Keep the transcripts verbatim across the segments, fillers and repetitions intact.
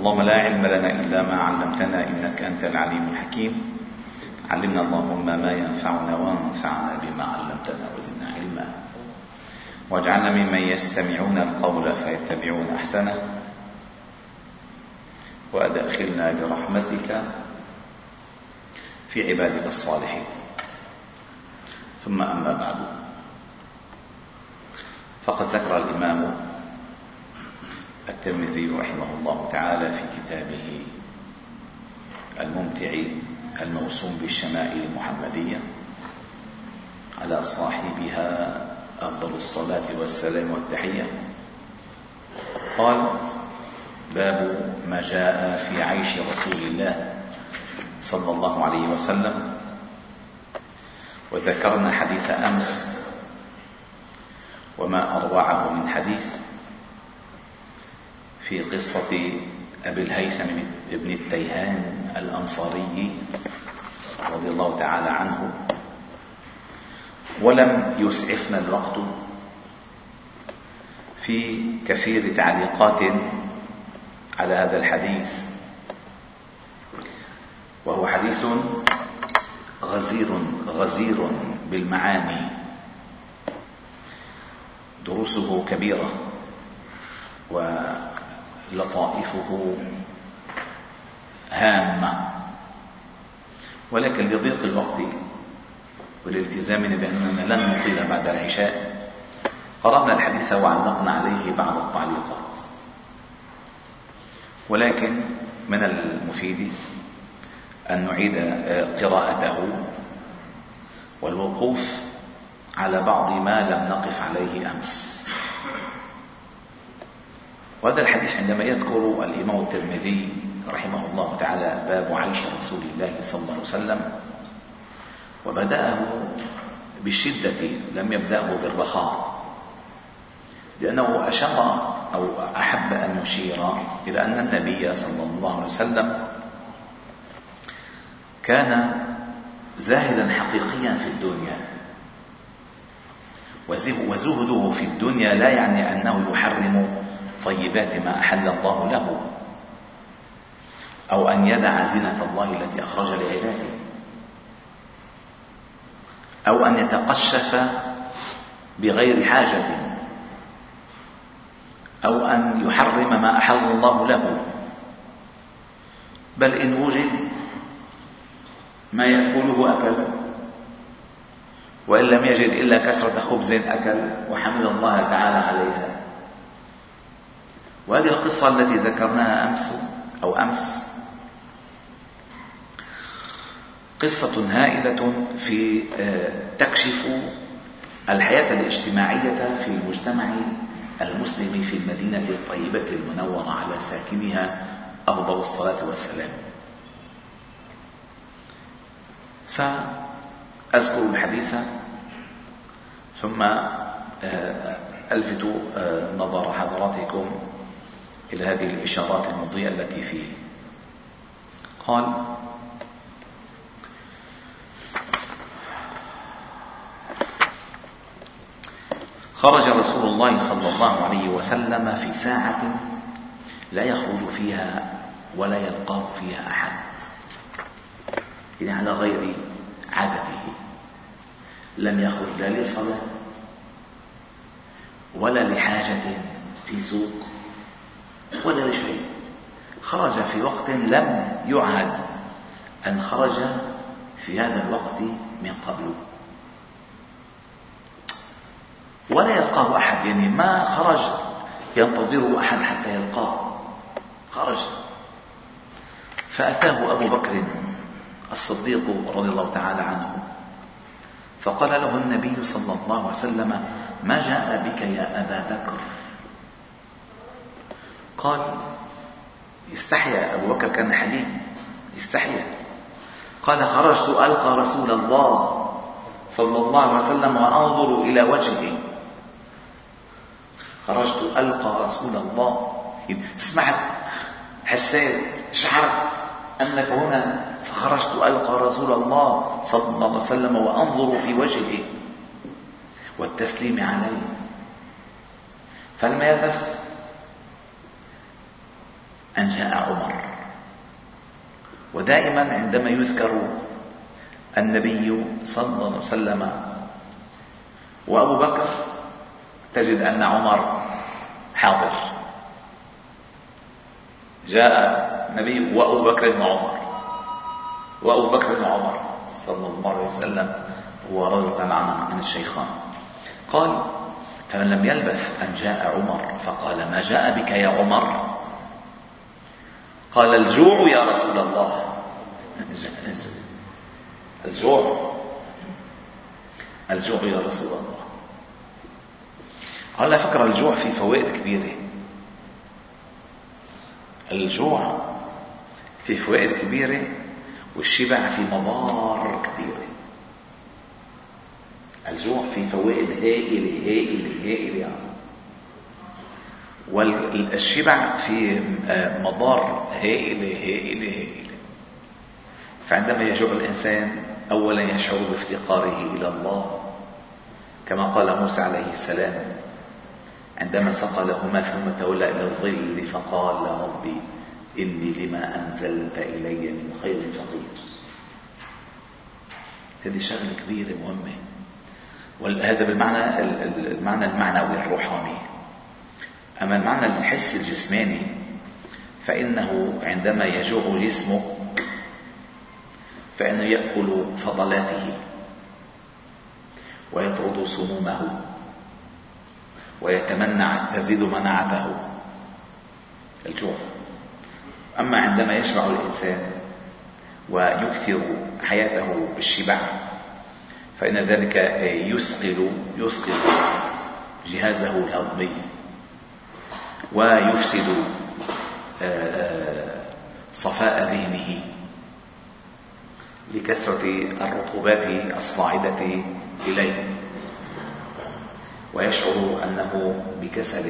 اللهم لا علم لنا إلا ما علمتنا إنك أنت العليم الحكيم. علمنا اللهم ما ينفعنا وانفعنا بما علمتنا وزدنا علما، واجعلنا ممن يستمعون القول فيتبعون أحسنه، وأدخلنا برحمتك في عبادك الصالحين. ثم أما بعد، فقد ذكر الإمام الترمذي رحمه الله تعالى في كتابه الممتع الموسوم بالشمائل المحمدية على صاحبها أفضل الصلاة والسلام والتحية، قال: باب ما جاء في عيش رسول الله صلى الله عليه وسلم. وذكرنا حديث أمس وما أروعه من حديث في قصة أبي الهيثم بن التيهان الأنصاري رضي الله تعالى عنه، ولم يسعفنا الوقت في كثير تعليقات على هذا الحديث، وهو حديث غزير غزير بالمعاني، دروسه كبيرة ولطائفه هامة، ولكن لضيق الوقت والالتزامنا بأننا لن نطيل بعد العشاء قرأنا الحديث وعلقنا عليه بعض التعليقات، ولكن من المفيد أن نعيد قراءته والوقوف على بعض ما لم نقف عليه أمس. وهذا الحديث عندما يذكر الإمام الترمذي رحمه الله تعالى باب عيش رسول الله صلى الله عليه وسلم، وبدأه بالشدة لم يبدأه بالرخاء، لأنه أشار أو أحب أن يشير إلى أن النبي صلى الله عليه وسلم كان زاهدا حقيقيا في الدنيا، وزهده في الدنيا لا يعني أنه يحرم طيبات ما أحل الله له، أو أن يدع زينة الله التي أخرج لعباده، أو أن يتقشف بغير حاجة، أو أن يحرم ما أحل الله له، بل إن وجد ما يأكله أكل، وإن لم يجد إلا كسرة خبز أكل وحمد الله تعالى عليها. وهذه القصة التي ذكرناها أمس أو أمس قصة هائلة في تكشف الحياة الاجتماعية في المجتمع المسلم في المدينة الطيبة المنورة على ساكنها أفضل الصلاة والسلام. سأذكر الحديث ثم ألفت نظر حضراتكم إلى هذه الإشارات المضيئة التي فيه. قال: خرج رسول الله صلى الله عليه وسلم في ساعة لا يخرج فيها ولا يلقاه فيها أحد، يعني على غير عادته، لم يخرج لا لصلاة ولا لحاجة في سوق ولا لشيء، خرج في وقت لم يعهد أن خرج في هذا الوقت من قبل، ولا يلقاه أحد، يعني ما خرج ينتظره أحد حتى يلقاه، خرج. فأتاه أبو بكر الصديق رضي الله تعالى عنه فقال له النبي صلى الله عليه وسلم: ما جاء بك يا أبا بكر؟ قال: استحيا أبو بكر، كان حليم استحيا. قال: خرجت ألقى رسول الله صلى الله عليه وسلم وأنظر إلى وجهه. خرجت ألقى رسول الله، سمعت، حسيت، شعرت أنك هنا، فخرجت ألقى رسول الله صلى الله عليه وسلم وأنظر في وجهه والتسليم عليه. فلما يلبث أن جاء عمر. ودائما عندما يذكر النبي صلى الله عليه وسلم وأبو بكر تجد أن عمر حاضر. جاء النبي وأبو بكر وعمر، وأبو بكر وعمر صلى الله عليه وسلم ورضي معنا عن الشيخان. قال: فمن لم يلبث أن جاء عمر فقال: ما جاء بك يا عمر؟ قال: الجوع يا رسول الله. الجوع الجوع يا رسول الله. على فكرة الجوع فيه فوائد كبيرة. الجوع فيه فوائد كبيرة، والشبع فيه مضار كبيرة. الجوع فيه فوائد هائلة هائلة هائلة يعني. والشبع فيه مضار هائلة هائلة هائلة. فعندما يجوع الإنسان أولا يشعر بافتقاره إلى الله، كما قال موسى عليه السلام عندما سقى لهما ثم تولى إلى الظل فقال: ربي إني لما أنزلت إلي من خير فقير. هذه شغلة كبيرة مهمة. وهذا بالمعنى المعنى المعنوي الروحاني. أما المعنى الحسي الجسماني فإنه عندما يجوع جسمك فإنه يأكل فضلاته ويطرد سمومه ويتمنع تزيد مناعته. الجوع. أما عندما يشبع الإنسان ويكثر حياته بالشبع فإن ذلك يثقل يثقل جهازه الهضمي ويفسد صفاء ذهنه لكثرة الرطوبات الصاعدة إليه، ويشعر أنه بكسل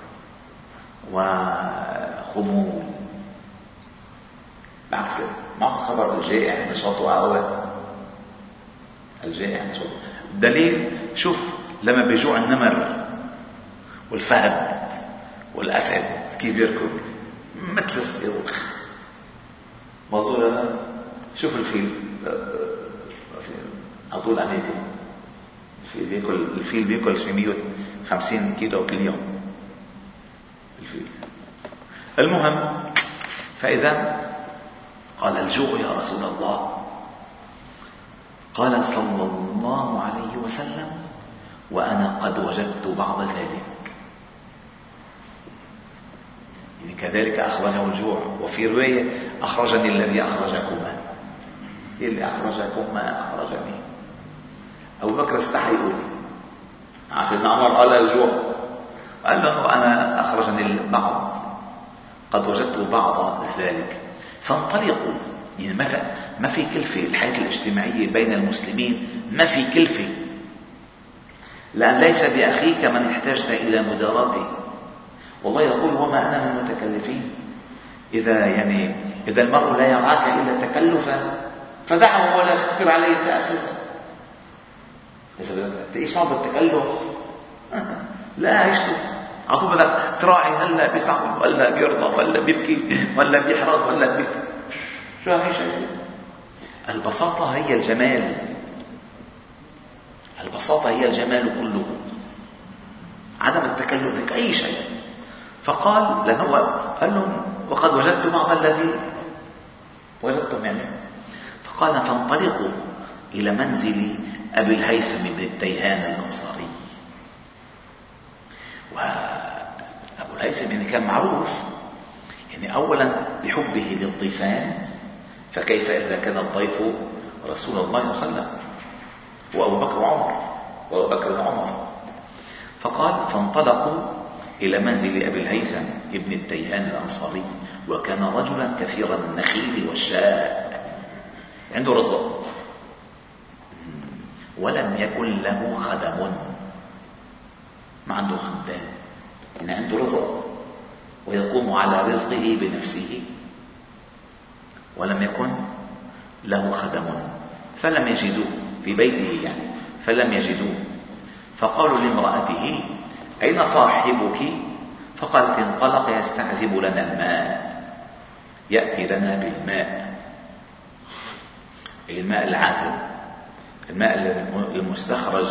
وخمول. بعكس مع خبر الجائع نشاطه أعلى. الجائع نشاطه دليل. شوف لما بيجوع النمر والفهد والأسد كيف يركض مثل الصاروخ. مظبوط هذا. شوف الفيل على طول عليكم. الفيل بياكل الفيل بياكل شي مية وخمسين كيلو كل يوم الفيل. المهم، فإذا قال: الجوع يا رسول الله. قال صلى الله عليه وسلم: وأنا قد وجدت بعض ذلك. يعني كذلك أخرجه الجوع. وفي رواية: أخرجني الذي أخرجكما. اللي أخرجكما أخرجني. أبو بكر استحى يقول سيدنا عمر قال الجوع، قال له: أنا أخرجني البعض، قد وجدت بعض ذلك. فانطلقوا. يعني ما في كلفة. الحياة الاجتماعية بين المسلمين ما في كلفة، لأن ليس بأخيك من احتاجت إلى مداراته. والله يقول: وما أنا من المتكلفين. إذا يعني إذا المرء لا يرعاك إلا تكلفا فدعه ولا تكثر عليه تأسفا. إذا تعيش صعب التكلف لا يشتو عطوه بدك تراعي هلا بيصعب ولا بيرضى ولا بيبكي ولا بيحرض ولا بيبكي. شو هي شيء. البساطة هي الجمال. البساطة هي الجمال كله. عدم التكلف لك أي شيء. فقال لأنه قال لهم: وقد وجدت بعض الذي وجدتم يعني. فقال: فانطلقوا إلى منزل أبي الهيثم بن التيهان الأنصاري. وأبو الهيثم يعني كان معروف يعني أولا بحبه للضيفان، فكيف إذا كان الضيف رسول الله صلى الله عليه وسلم وأبو بكر وعمر وأبو بكر وعمر. فقال: فانطلقوا إلى منزل أبي الهيثم ابن التيهان الأنصاري، وكان رجلا كثير النخيل والشاء، عنده رزق، ولم يكن له خدم. ما عنده خدام، يعني عنده رزق ويقوم على رزقه بنفسه، ولم يكن له خدم. فلم يجدوه في بيته يعني، فلم يجدوه. فقالوا لامرأته: أين صاحبك؟ فقالت: انطلق يستعذب لنا الماء. يأتي لنا بالماء، الماء العذب، الماء المستخرج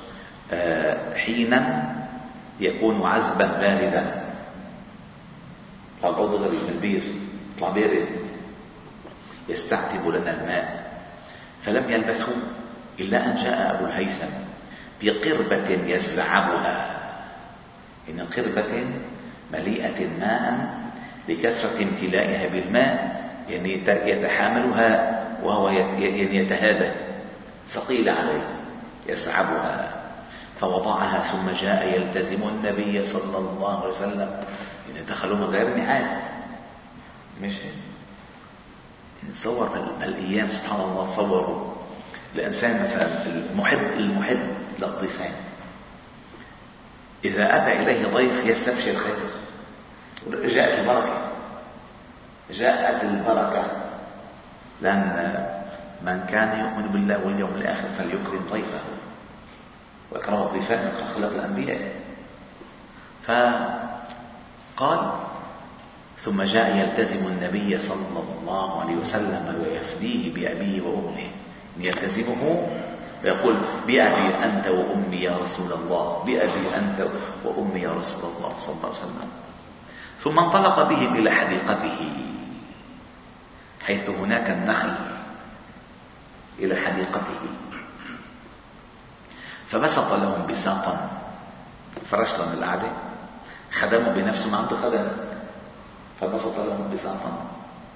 حينا يكون عذبا باردا. فالعوض غريب من البير يطلع بارد، يستعتب لنا الماء. فلم يلبثوا إلا أن جاء أبو الهيثم بقربة يزعمها، إن قربة مليئة ماء لكثرة امتلائها بالماء، يعني يتحاملها وهو يعني يتهابى، ثقيلة عليه يسعبها. فوضعها ثم جاء يلتزم النبي صلى الله عليه وسلم. يعني دخلوا من غير ميعاد، مش نتصور الأيام سبحان الله. تصوروا الإنسان مثلا المحب المحب للضيفان، إذا أتى إليه ضيف يستبشر خير، جاءت البركة، جاءت البركة. لأن من كان يؤمن بالله واليوم الآخر فليكرم ضيفه، وأكرم الضيفان من خلق الأنبياء. فقال ثم جاء يلتزم النبي صلى الله عليه وسلم ويفديه بأبيه وأمه، يلتزمه ويقول بأبي أنت وأمي يا رسول الله، بأبي أنت وأمي يا رسول الله صلى الله عليه وسلم. ثم انطلق بهم إلى حديقته، حيث هناك النخل، إلى حديقته. فبسط لهم بساطا، فرش لهم القعدة، خدموا بنفسه، ما عنده خدم، فبسط لهم بساطا.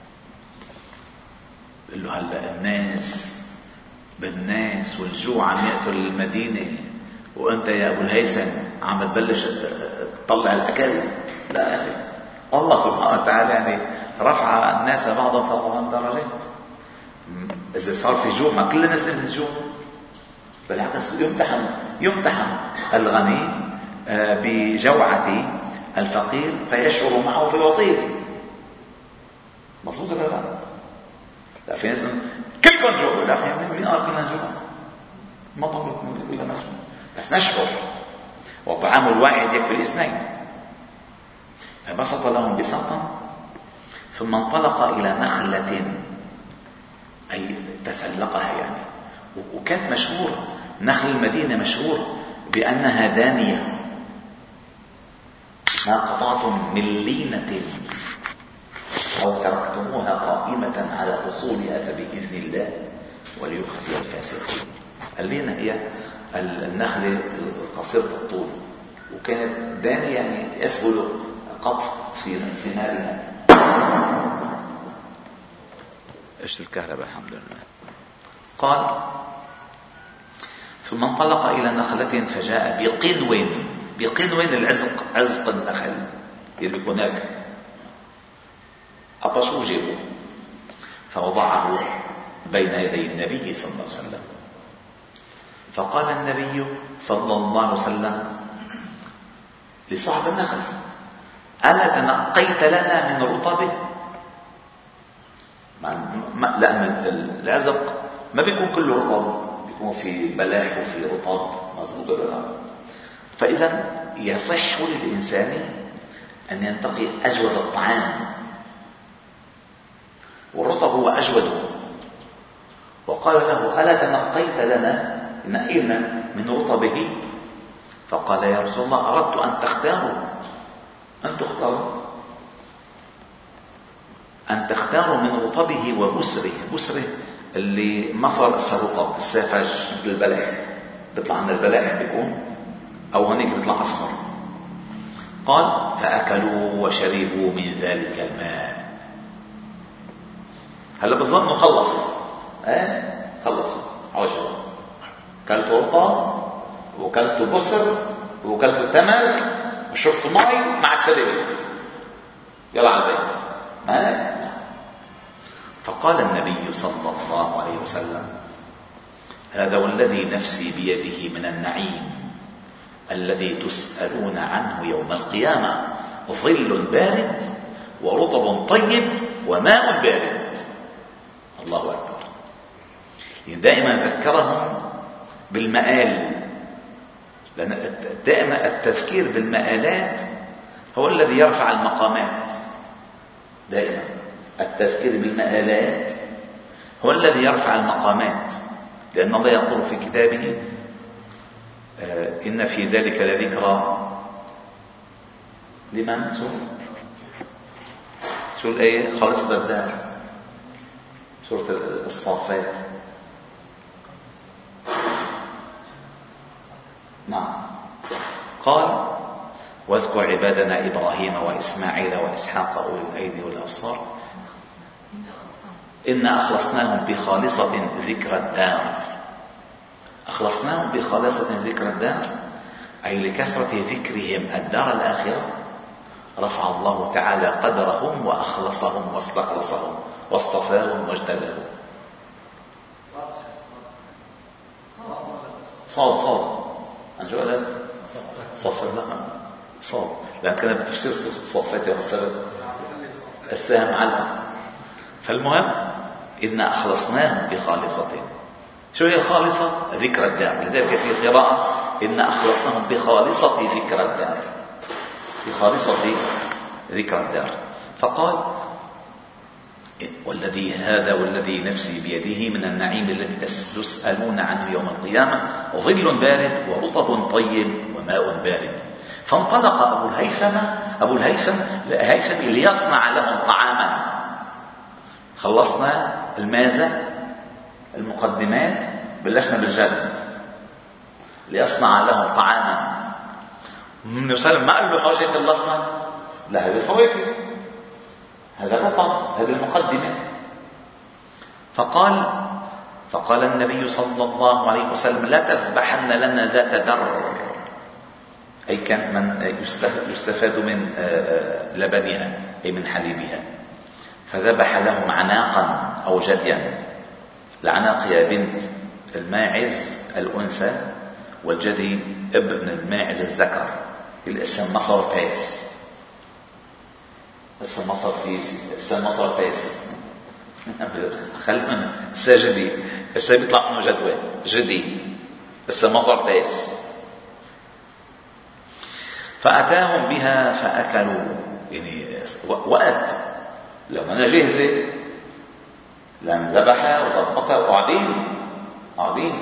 قال له هلا الناس بالناس والجوع عم يقتل المدينة، وانت يا ابو الهيثم عم تبلش تطلع الاكل. لا يا اخي، الله سبحانه وتعالى يعني رفع الناس بعضهم فوق بعض درجات. اذا صار في جوع ما كل الناس من الجوع، بالعكس يمتحن يمتحن الغني بجوعة الفقير فيشعر معه فيعطيه. مظبوط ولا لا؟ لا، في ناس كلكم جوع، لا في مين قال كلنا جوع؟ ما ضروري كلنا جوع، بس نشعر، وطعام الواحد يكفي الاثنين. فبسط لهم بساطا ثم انطلق إلى نخلة، أي تسلقها يعني. وكانت مشهورة نخل المدينة، مشهور بأنها دانية، ما قطعتم من لينة أو تركتموها قائمة على أصولها فبإذن الله وليخزي الفاسقين. اللينة هي النخلة القصيرة الطول، وكانت دانية يعني يسهل قطف في ثمارها. ايش الكهرباء الحمد لله. قال ثم انطلق إلى نخلة فجاء بقنو، بقنو العزق، عزق النخل اللي بيكون هناك، عطشوه جيبه، فوضعه بين يدي النبي صلى الله عليه وسلم. فقال النبي صلى الله عليه وسلم لصاحب النخل ألا تنقيت لنا من رطبه؟ لأن العزق ما بيكون كله رطب، بيكون في بلاح وفي رطب، مظبوط ولا لا؟ فإذا يصح للإنسان أن ينتقي أجود الطعام، والرطب هو أجوده. وقال له ألا تنقيت لنا، نقينا من رطبه؟ فقال يا رسول الله أردت أن تختاروا، أن تختاروا أن تختاروا من رطبه وبسره. بسره اللي ما صار اسمه رطب، السافج مثل البلح، بيطلع عن البلح بيكون، أو هناك بيطلع أصفر. قال فأكلوا وشربوا من ذلك الماء. هلا بظنوا خلصوا، اه خلصوا عجبا، كلتوا رطب وكلتوا بسر وكلتوا تمر وشربتوا مي مع السلامة، يلا على البيت. ما فقال النبي صلى الله عليه وسلم هذا والذي نفسي بيده من النعيم الذي تسألون عنه يوم القيامة، ظل بارد ورطب طيب وماء بارد. الله أكبر. دائما ذكرهم بالمآل، لأن دائما التذكير بالمآلات هو الذي يرفع المقامات دائما. التذكير بالمآلات هو الذي يرفع المقامات، لأن الله يقول في كتابه إن في ذلك لذكرى لمن؟ شو شو الآية؟ خالصة الدار، سورة الصافات. نعم. قال واذكر عبادنا إبراهيم وإسماعيل وإسحاق أولي الأيدي والأبصار إنا أخلصناهم بخالصة ذكر الدار. أخلصناهم بخالصة ذكر الدار أي لكثرة ذكرهم الدار الآخرة رفع الله تعالى قدرهم وأخلصهم واستخلصهم واصطفاهم واجتباهم. صاد صاد عن جوالات صفر لها صاد، لأن كانت بتفسير صفات يا السبب السهم على. فالمهم إنا أخلصناهم بخالصة. شو هي خالصة؟ ذكر الدار. لذلك في قراءة إنا أخلصناهم بخالصة ذكر الدار، بخالصة ذكر الدار. فقال والذي هذا والذي نفسي بيده من النعيم الذي تسألون عنه يوم القيامة ظل بارد ورطب طيب وماء بارد. فانطلق أبو الهيثم أبو الهيثم الهيثم ليصنع لهم طعاما. خلصنا المازة المقدمات، بلشنا بالجد. ليصنع لهم طعاما. النبي صلى الله عليه وسلم ما قال له حاجة خلصنا، لا هذا الفواكه، هذا الرطب، هذه المقدمة. فقال فقال النبي صلى الله عليه وسلم لا تذبحن لنا ذات در، أي كان من يستفاد من لبنها أي من حليبها. فذبح لهم عناقا أو جديا. العناق يا بنت الماعز الأنثى، والجدي ابن الماعز الذكر. الاسم مصر فاس، اسم مصر سيسي، اسم مصر فاس. خلنا الساجدي السا بيطلع منه جدوى جدي، اسم مصر فاس. فأتاهم بها فأكلوا. يعني وقت لو أنا جاهزة لأن ذبحها وظبطها وقاعدين قاعدين.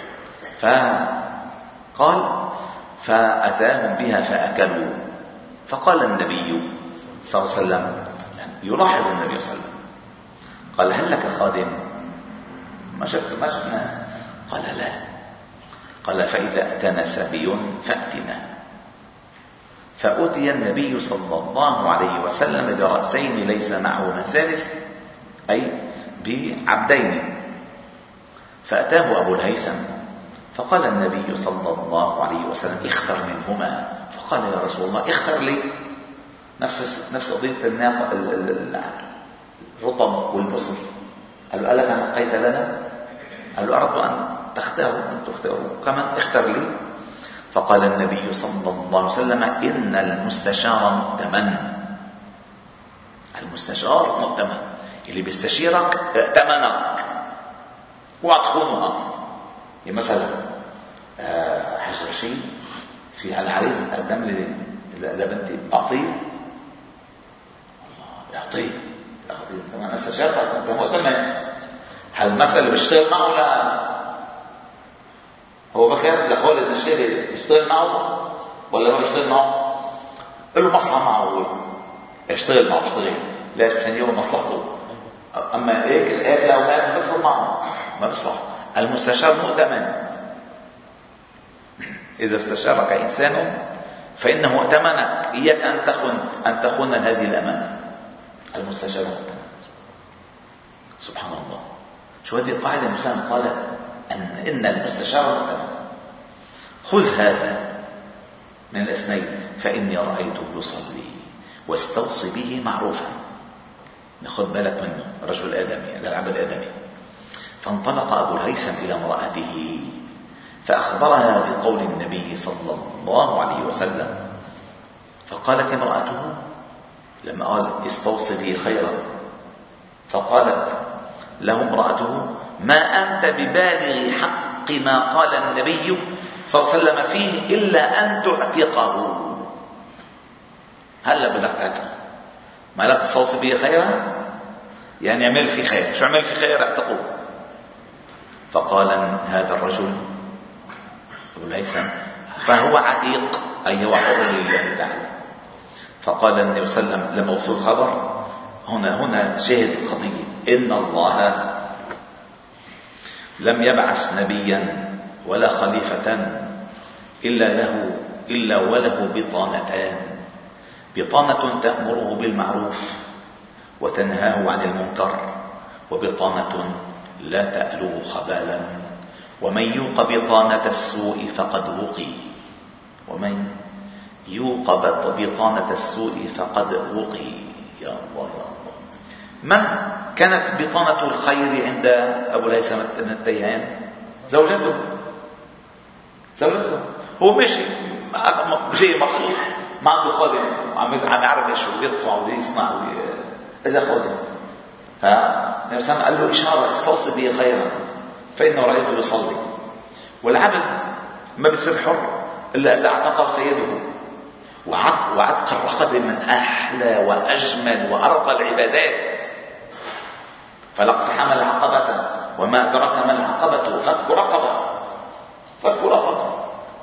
فقال فأتاهم بها فأكلوا. فقال النبي صلى الله عليه وسلم، يلاحظ النبي صلى الله عليه وسلم، قال هل لك خادم؟ ما شفت ما شفنا؟ قال لا. قال فإذا أتانا سبي فأتنا. فأتي النبي صلى الله عليه وسلم برأسين ليس معهما ثالث، أي بعبدين. فأتاه أبو الهيثم فقال النبي صلى الله عليه وسلم اختر منهما. فقال يا رسول الله اختر لي نفس نفس قضية الناقة الرطب والبصر. قال له ألك نقيت لنا؟ قال له أردت أن تختاروا أن تختاروا كمان اختر لي. فقال النبي صلى الله عليه وسلم إن المستشار مؤتمن. المستشار مؤتمن، اللي بيستشيرك ائتمنك، اوعى تخونها. يعني مثلا حج رشيد في العريس قدم لي لبنتي أعطيه، الله يعطيه يعطيه كمان استشارتك انت مؤتمن. هل المسألة بيشتغل معه؟ لا، هو بكر لخالد الشيري يشتغل معه ولا ما يشتغل معه؟ قل له مصلحة معه، يشتغل معه اشتغل، ليش؟ عشان يوم مصلحته. أما هيك الآكل أو ما بيفرق معه ما بيصلح. المستشار مؤتمن. إذا استشارك إنسان فإنه ائتمنك، إياك أن تخون أن تخون هذه الأمانة. المستشار مؤتمن. سبحان الله، شو هذه القاعدة؟ المسلم قال أن إن المستشار مؤتمن. خذ هذا من الاثنين فإني رأيته يصلي واستوصي به معروفا. ناخذ بالك منه، رجل آدمي، هذا العبد الآدمي. فانطلق أبو الهيثم إلى امرأته فأخبرها بقول النبي صلى الله عليه وسلم. فقالت امرأته لما قال استوصي به خيرا، فقالت له امرأته ما أنت ببالغ حق ما قال النبي صلى الله عليه وسلم فيه إلا أن تعتقه. هلا بدك تعتق، ما لك استوصي به خيرا؟ يعني عمل في خير. شو عمل في خير؟ اعتقوا. فقال هذا الرجل أبو الهيثم فهو عتيق، أي هو حر لله تعالى. فقال النبي صلى الله عليه وسلم لما وصل الخبر، هنا هنا شهد القضية، إن الله لم يبعث نبيا ولا خليفة إلا له إلا وله بطانتان، بطانة تأمره بالمعروف وتنهاه عن المنكر، وبطانة لا تألوه خبالا، ومن يوق بطانة السوء فقد وقي، ومن يوق بطانة السوء فقد وقي. يا الله يا الله. من كانت بطانة الخير عند أبو الهيثم بن التيهان؟ زوجته. زوجته هو ماشي جاي مقصود، ما عنده خادم، عم عم يعرف شو يدفع ويصنع اذا خادم. فالنبي صلى الله عليه وسلم قال له اشاره استوصي به خيرا فانه رايته يصلي. والعبد ما بيصير حر الا اذا اعتقه سيده. وعتق وعتق الرقبه من احلى واجمل وارقى العبادات. فلقد حمل عقبته وما ادراك ما العقبه فك رقبه. فك رقبه.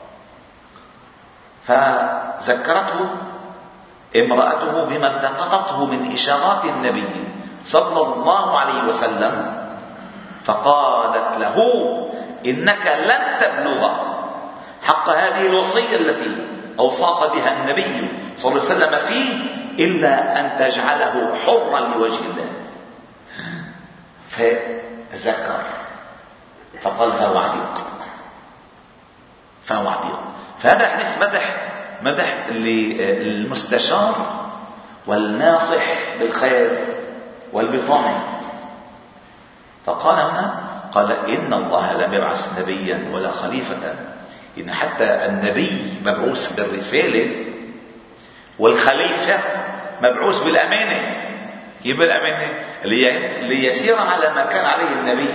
فذكرته امرأته بما التقطته من إشارات النبي صلى الله عليه وسلم، فقالت له إنك لن تبلغ حق هذه الوصية التي أوصاك بها النبي صلى الله عليه وسلم فيه إلا أن تجعله حرا لوجه الله. فذكر فقال فهو عتيق. فهو عتيق. فهذا حديث مدح مدح للمستشار والناصح بالخير والبطانة. فقال هنا قال إن الله لم يبعث نبيا ولا خليفة، إن حتى النبي مبعوث بالرسالة والخليفة مبعوث بالأمانة. كيف بالأمانة؟ ليسير على ما كان عليه النبي،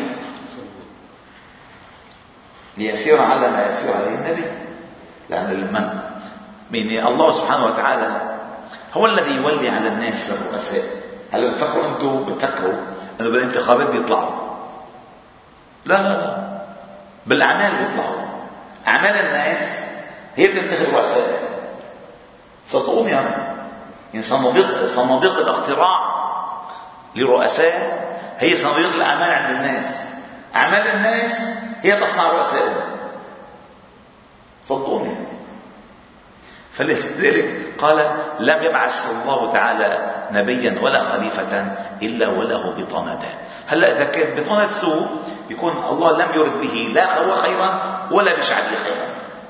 ليسير على ما يسير عليه النبي. لأن المن من الله سبحانه وتعالى هو الذي يولي على الناس الرؤساء. هل بتفكروا أنتم بتفكروا أنه بالانتخابات بيطلعوا؟ لا لا لا، بالأعمال بيطلعوا. أعمال الناس هي بتنتخب رؤساء. صدقوني يعني صناديق صناديق الاقتراع لرؤساء هي صناديق الأعمال عند الناس. أعمال الناس هي تصنع رؤساء. صدقوني. فلذلك قال لم يبعث الله تعالى نبيا ولا خليفة إلا وله بطانتان. هلا إذا كانت بطانة سوء يكون الله لم يرد به لا هو خيرا ولا بشعبه خيرا.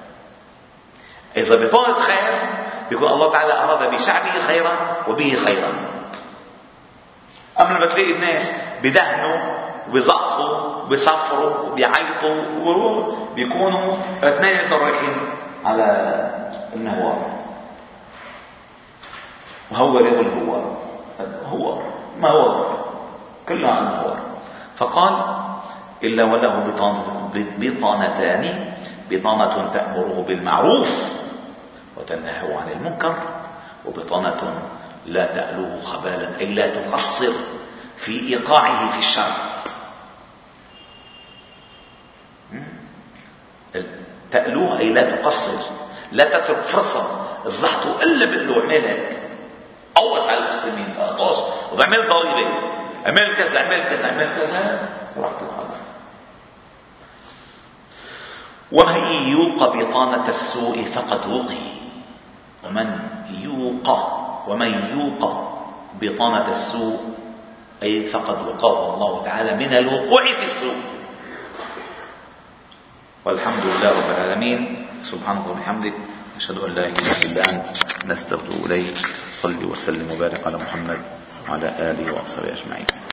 إذا بطانة خير يكون الله تعالى أراد بشعبه خيرا وبه خيرا. أما لما تلاقي الناس بدهنوا وبيزقفوا وبيصفروا وبيعيطوا بيكونوا اثنين رايحين على النهوار. وهو يقول هو هو ما هو كله عن النهوار. فقال إلا وله بطانتان، بطانة تأمره بالمعروف وتنهاه عن المنكر، وبطانة لا تألوه خبالا أي لا تقصر في إيقاعه في الشر. تألوه أي لا تقصر، لا تترك فرصة الزحط إلا بالله اعمل هيك قوس على المسلمين اقص وبعمل ضريبة اعمل كذا اعمل كذا اعمل كذا ورحت الحظ. ومن يوق بطانة السوء فقد وقي. ومن يوق ومن يوق بطانة السوء أي فقد وقاه الله تعالى من الوقوع في السوء. والحمد لله رب العالمين. سبحانك وبحمدك أشهد أن لا إله إلا أنت نستغفرك إليك. صل وسلم وبارك على محمد وعلى آله وصحبه أجمعين.